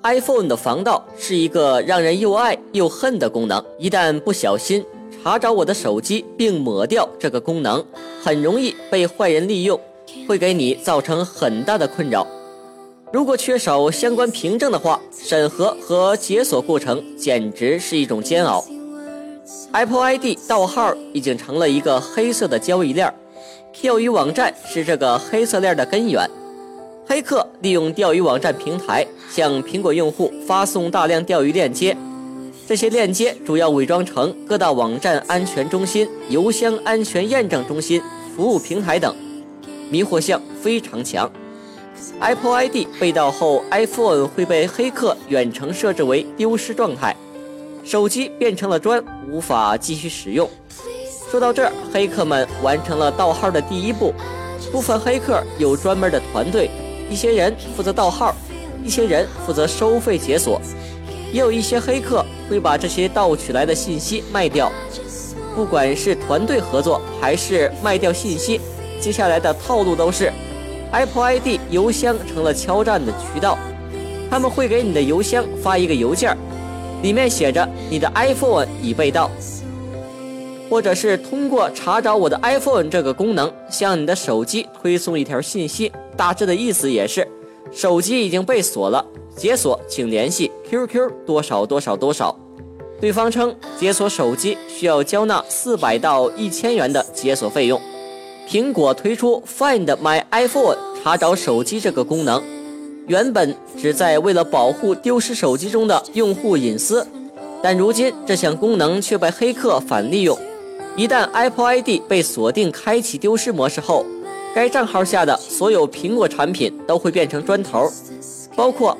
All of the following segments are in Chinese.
iPhone 的防盗是一个让人又爱又恨的功能，一旦不小心查找我的手机并抹掉这个功能，很容易被坏人利用，会给你造成很大的困扰。如果缺少相关凭证的话，审核和解锁过程简直是一种煎熬。Apple ID 盗号已经成了一个黑色的交易链，钓鱼网站是这个黑色链的根源。黑客利用钓鱼网站平台向苹果用户发送大量钓鱼链接，这些链接主要伪装成各大网站安全中心、邮箱安全验证中心、服务平台等，迷惑性非常强。Apple ID 被盗后， iPhone 会被黑客远程设置为丢失状态，手机变成了砖，无法继续使用。说到这儿，黑客们完成了盗号的第一步。部分黑客有专门的团队，一些人负责盗号，一些人负责收费解锁，也有一些黑客会把这些盗取来的信息卖掉。不管是团队合作还是卖掉信息，接下来的套路都是Apple ID 邮箱成了敲诈的渠道，他们会给你的邮箱发一个邮件，里面写着你的 iPhone 已被盗，或者是通过查找我的 iPhone 这个功能向你的手机推送一条信息，大致的意思也是手机已经被锁了，解锁请联系 QQ 多少多少多少。对方称解锁手机需要交纳400到1000元的解锁费用。苹果推出 Find My iPhone 查找手机这个功能，原本旨在为了保护丢失手机中的用户隐私，但如今这项功能却被黑客反利用。一旦 Apple ID 被锁定开启丢失模式后，该账号下的所有苹果产品都会变成砖头，包括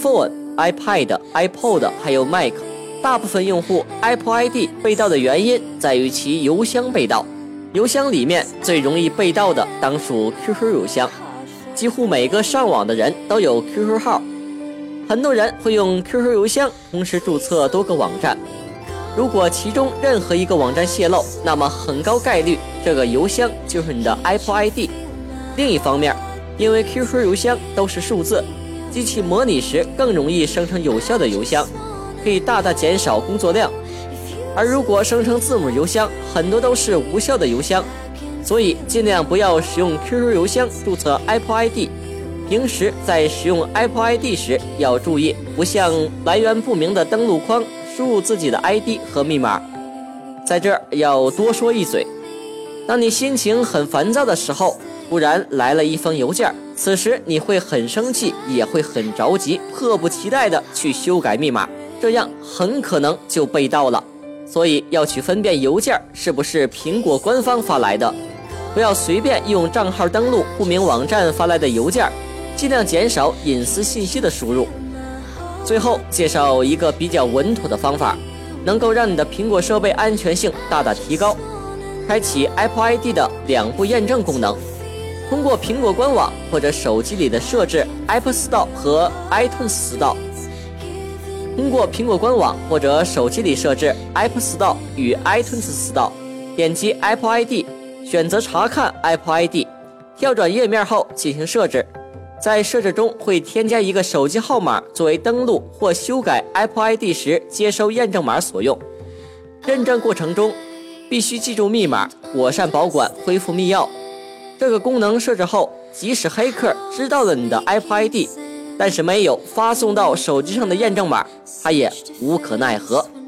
iPhone、iPad、iPod 还有 Mac。 大部分用户 Apple ID 被盗的原因在于其邮箱被盗，邮箱里面最容易被盗的当属 QQ 邮箱，几乎每个上网的人都有 QQ 号，很多人会用 QQ 邮箱同时注册多个网站。如果其中任何一个网站泄露，那么很高概率这个邮箱就是你的 Apple ID。 另一方面，因为 QQ 邮箱都是数字，机器模拟时更容易生成有效的邮箱，可以大大减少工作量。而如果生成字母邮箱，很多都是无效的邮箱，所以尽量不要使用 QQ 邮箱注册 Apple ID。 平时在使用 Apple ID 时要注意，不向来源不明的登录框输入自己的 ID 和密码。在这儿要多说一嘴，当你心情很烦躁的时候，突然来了一封邮件，此时你会很生气，也会很着急，迫不及待地去修改密码，这样很可能就被盗了。所以要去分辨邮件是不是苹果官方发来的，不要随便用账号登录不明网站发来的邮件，尽量减少隐私信息的输入。最后介绍一个比较稳妥的方法，能够让你的苹果设备安全性大大提高。开启 Apple ID 的2步验证功能，通过苹果官网或者手机里的设置 App Store 和 iTunes Store。通过苹果官网或者手机里设置 App Store 与 iTunes Store， 点击 Apple ID， 选择查看 Apple ID， 跳转页面后进行设置。在设置中会添加一个手机号码作为登录或修改 Apple ID 时接收验证码所用。认证过程中必须记住密码，妥善保管，恢复密钥。这个功能设置后，即使黑客知道了你的 Apple ID， 但是没有发送到手机上的验证码，他也无可奈何。